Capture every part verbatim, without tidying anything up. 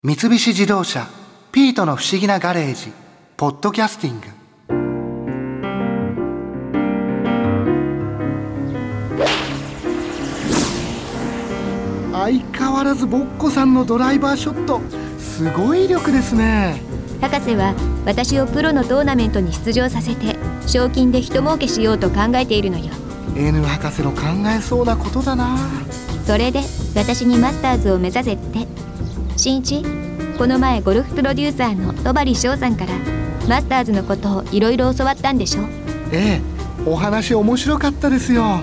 三菱自動車ピートの不思議なガレージポッドキャスティング。相変わらずボッコさんのドライバーショットすごい威力ですね。 博士は私をプロのトーナメントに出場させて賞金で一儲けしようと考えているのよ。 エヌ 博士の考えそうなことだな。 それで私にマスターズを目指せって。新一、この前ゴルフプロデューサーの戸張翔さんからマスターズのことをいろいろ教わったんでしょ。 ええ、お話面白かったですよ。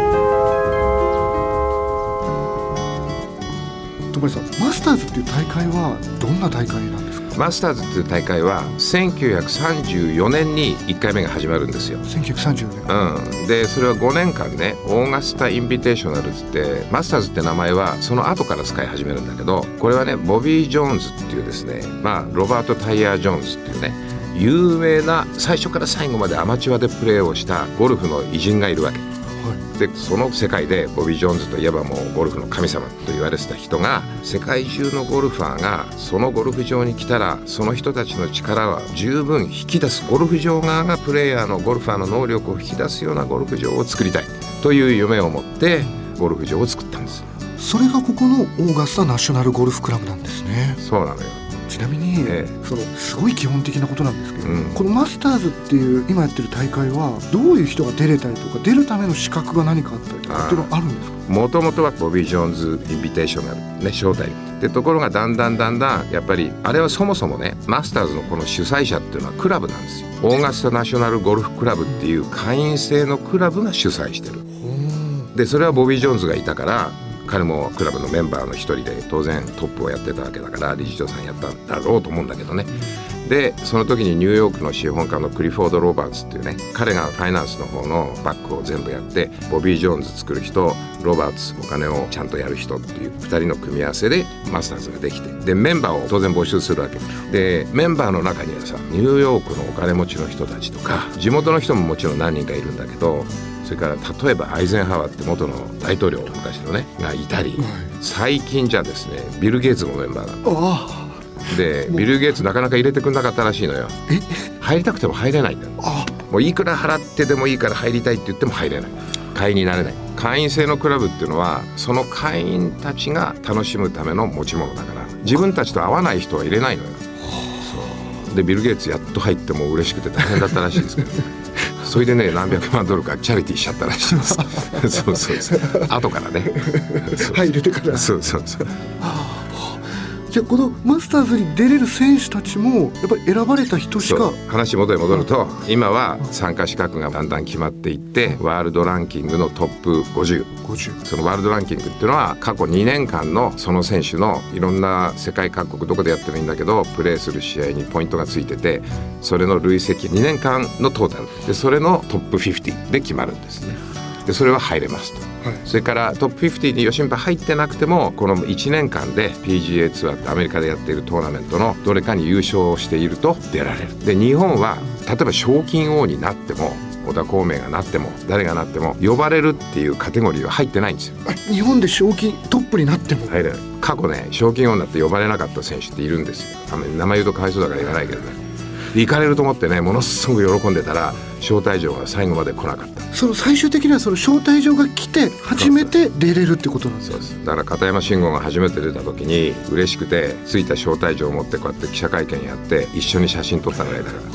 戸張さん、マスターズっていう大会はどんな大会なんですか？ マスターズっていう大会はせんきゅうひゃくさんじゅうよねんにいっかいめが始まるんですよ。 せんきゅうひゃくさんじゅうよねん、 うん、でそれはごねんかんね、オーガスタインビテーショナルって言ってマスターズって名前はその後から使い始めるんだけど、これはねボビー・ジョーンズっていうですね、まあロバート・タイヤー・ジョーンズっていうね有名な最初から最後までアマチュアでプレーをしたゴルフの偉人がいるわけ。でその世界でボビー・ジョーンズといえばもうゴルフの神様と言われてた人が、世界中のゴルファーがそのゴルフ場に来たらその人たちの力は十分引き出す、ゴルフ場側がプレイヤーのゴルファーの能力を引き出すようなゴルフ場を作りたいという夢を持ってゴルフ場を作ったんです。 それがここのオーガスタナショナルゴルフクラブなんですね。 そうなのよ。 ちなみに、ええ、そのすごい基本的なことなんですけど、うん、このマスターズっていう今やってる大会はどういう人が出れたりとか、出るための資格が何かあったりとかっていうのはあるんですか？ もともとはボビー・ジョーンズインビテーショナル、ね、招待ってところがだんだんだんだんやっぱりあれはそもそもねマスターズのこの主催者っていうのはクラブなんですよ。オーガスタナショナルゴルフクラブっていう会員制のクラブが主催してる。でそれはボビー・ジョーンズがいたから彼もクラブのメンバーの一人で当然トップをやってたわけだから理事長さんやったんだろうと思うんだけどね。でその時にニューヨークの資本家のクリフォード・ロバーツっていうね、彼がファイナンスの方のバックを全部やってボビー・ジョーンズ作る人、ロバーツお金をちゃんとやる人っていうふたりの組み合わせでマスターズができて、でメンバーを当然募集するわけで、メンバーの中にはさニューヨークのお金持ちの人たちとか地元の人ももちろん何人かいるんだけど、それから例えばアイゼンハワーって元の大統領昔のねがいたり、最近じゃですねビル・ゲイツもメンバーなんだ。 ああでビル・ゲイツなかなか入れてくんなかったらしいのよ。 え入りたくても入れないんだよ。もういくら払ってでもいいから入りたいって言っても入れない、会員になれない。会員制のクラブっていうのはその会員たちが楽しむための持ち物だから、自分たちと合わない人は入れないのよ。そうでビル・ゲイツやっと入っても嬉しくて大変だったらしいですけどねそれでね何百万ドルかチャリティーしちゃったらしいですそうそうそう後からね入れてからそうそうそうじゃあこのマスターズに出れる選手たちもやっぱり選ばれた人しか。 話元へ戻ると、今は参加資格がだんだん決まっていってワールドランキングのトップごじゅう、 ごじゅうそのワールドランキングっていうのは過去にねんかんのその選手のいろんな世界各国どこでやってもいいんだけどプレーする試合にポイントがついてて、それの累積にねんかんのトータルでそれのトップごじゅうで決まるんですね。でそれは入れますと、はい、それからトップごじゅうによしんば入ってなくてもこのいちねんかんで ピージーエー ツアーってアメリカでやっているトーナメントのどれかに優勝していると出られる。で日本は例えば賞金王になっても小田孔明がなっても誰がなっても呼ばれるっていうカテゴリーは入ってないんですよ。 日本で賞金トップになっても入れない。過去ね賞金王になって呼ばれなかった選手っているんですよ。名前言うとかわいそうだから言わないけどね、行かれると思ってねものすごく喜んでたら招待状が最後まで来なかった。 その最終的にはその招待状が来て初めて出れるってことなんですか？ そうです。だから片山慎吾が初めて出た時に嬉しくてついた招待状を持ってこうやって記者会見やって一緒に写真撮ったぐらいだから。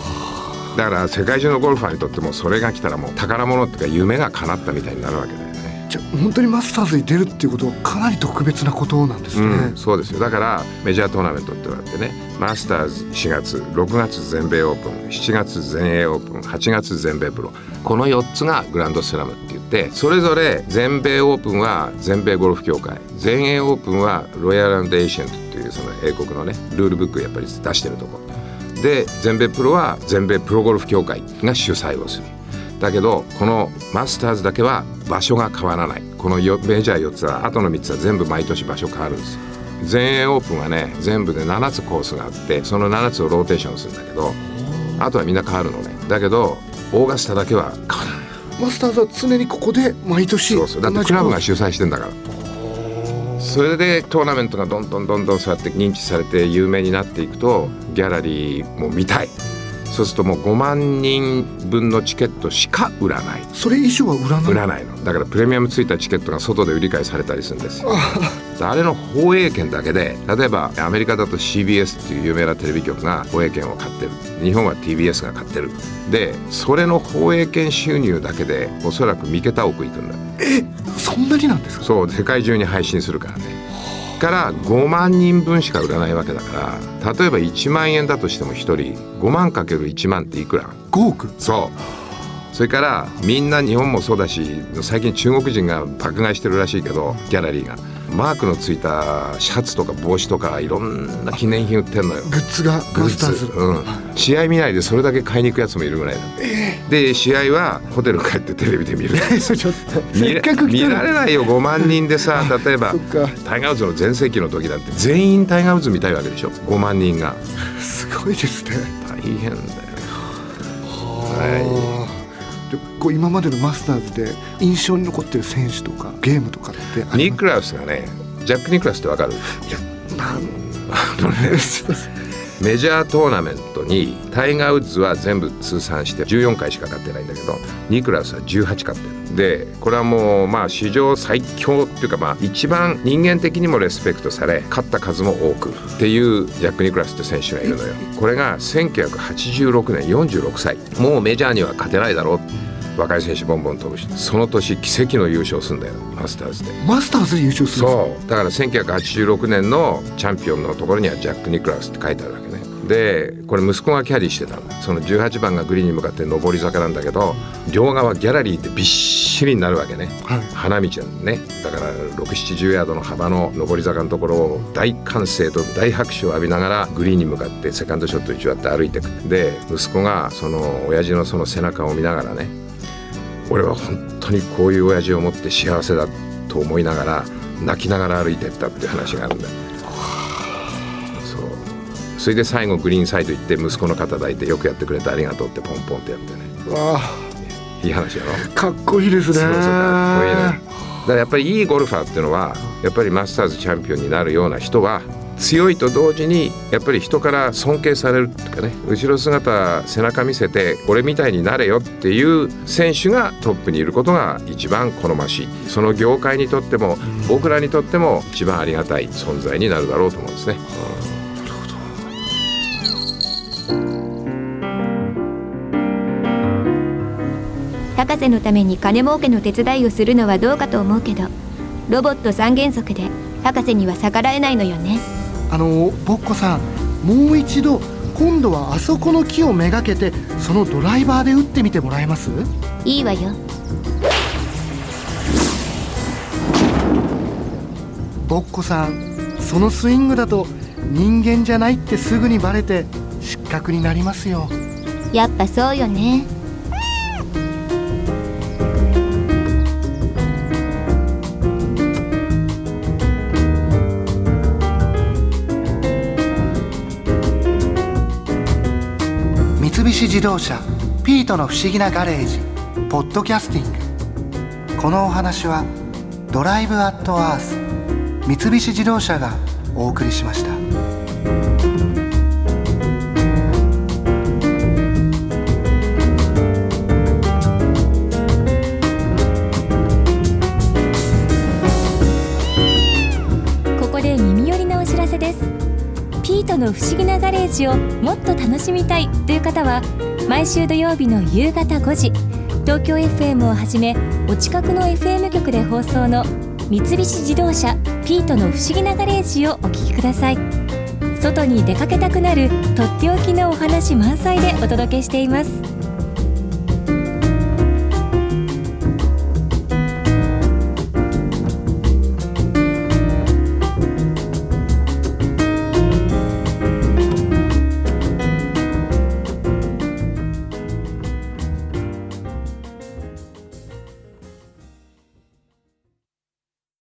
だから世界中のゴルファーにとってもそれが来たらもう宝物っていうか夢が叶ったみたいになるわけだよね。 じゃあ本当にマスターズに出るっていうことはかなり特別なことなんですね、 うん、そうですよ。だからメジャートーナメントってのがあってね、マスターズしがつ、ろくがつ全米オープン、しちがつ全英オープン、はちがつ全米プロ、このよっつがグランドスラムって言ってそれぞれ全米オープンは全米ゴルフ協会、全英オープンはロイヤル&エーシェントっていうその英国のねルールブックやっぱり出してるとこで、全米プロは全米プロゴルフ協会が主催をする。だけどこのマスターズだけは場所が変わらない。このメジャーよっつは後のみっつは全部毎年場所変わるんですよ。全英オープンはね全部でななつコースがあってそのななつをローテーションするんだけどあとはみんな変わるのね。だけどオーガスタだけは変わらない。 マスターズは常にここで毎年。 そうそう、だってクラブが主催してんだから。 それでトーナメントがどんどんどんどんそうやって認知されて有名になっていくとギャラリーも見たい。そうするともうごまんにんぶんのチケットしか売らない。 それ以上は売らない。 売らないのだからプレミアムついたチケットが外で売り買いされたりするんですよ。あれの放映権だけで例えばアメリカだと シービーエス っていう有名なテレビ局が放映権を買ってる。日本は ティービーエス が買ってる。でそれの放映権収入だけでおそらく三桁億いくんだ。 えそんなになんですか。 そう世界中に配信するからね。からごまんにんぶんしか売らないわけだから例えばいちまんえんだとしてもひとりごまんかけるいちまんっていくら。 ごおく。 そうそれからみんな日本もそうだし最近中国人が爆買いしてるらしいけどギャラリーがマークのついたシャツとか帽子とかいろんな記念品売ってんのよ。 グッズがグッズマスターズ、 うん、試合見ないでそれだけ買いに行くやつもいるぐらいだ、えー、で試合はホテル帰ってテレビで見るそれちょっと見せっかく来たの見られないよごまんにんでさ例えばタイガー・ウッズの全盛期の時だって全員タイガー・ウッズ見たいわけでしょごまんにんが。 すごいですね。 大変だよ。 は、はいでこう今までのマスターズで印象に残ってる選手とかゲームとかってあります？ ニクラウスがねジャック・ニクラウスってわかる？いやなんあのねメジャートーナメントにタイガー・ウッズは全部通算してじゅうよんかいしか勝ってないんだけどニクラウスはじゅうはち勝ってる。でこれはもうまあ史上最強っていうかまあ一番人間的にもレスペクトされ勝った数も多くっていうジャック・ニクラウスって選手がいるのよ。これがせんきゅうひゃくはちじゅうろくねんよんじゅうろくさいもうメジャーには勝てないだろう若い選手ボンボン飛ぶしその年奇跡の優勝するんだよマスターズで。 マスターズで優勝するんですか？ そうだからせんきゅうひゃくはちじゅうろくねんのチャンピオンのところにはジャック・ニクラウスって書いてあるわけね。でこれ息子がキャディしてたの。そのじゅうはちばんがグリーンに向かって上り坂なんだけど両側ギャラリーってびっしりになるわけね、はい、花道なんね。だからろくじゅう、ななじゅうヤードの幅の上り坂のところを大歓声と大拍手を浴びながらグリーンに向かってセカンドショットにじわって歩いていく。で息子がその親父のその背中を見ながらね俺は本当にこういう親父を持って幸せだと思いながら泣きながら歩いていったっていう話があるんだよ。そうそれで最後グリーンサイド行って息子の肩抱いてよくやってくれてありがとうってポンポンってやってね。 わあいい話やろ。 かっこいいですね。 そうそうかっこいいね。だからやっぱりいいゴルファーっていうのはやっぱりマスターズチャンピオンになるような人は強いと同時にやっぱり人から尊敬されるっていうかね後ろ姿背中見せて俺みたいになれよっていう選手がトップにいることが一番好ましい。その業界にとっても僕らにとっても一番ありがたい存在になるだろうと思うんですね。 なるほど。 博士のために金儲けの手伝いをするのはどうかと思うけどロボット三原則で博士には逆らえないのよね。 あのボッコさんもう一度今度はあそこの木をめがけてそのドライバーで打ってみてもらえます？ いいわよ。 ボッコさんそのスイングだと人間じゃないってすぐにバレて失格になりますよ。 やっぱそうよね。 三菱自動車ピートの不思議なガレージポッドキャスティング。このお話はドライブアットアース三菱自動車がお送りしました。 ここで耳寄りなお知らせです。ピートの不思議なガレージをもっと楽しみたいという方は毎週土曜日の夕方ごじ東京 エフエム をはじめお近くの エフエム 局で放送の三菱自動車ピートの不思議なガレージをお聞きください。外に出かけたくなるとっておきのお話満載でお届けしています。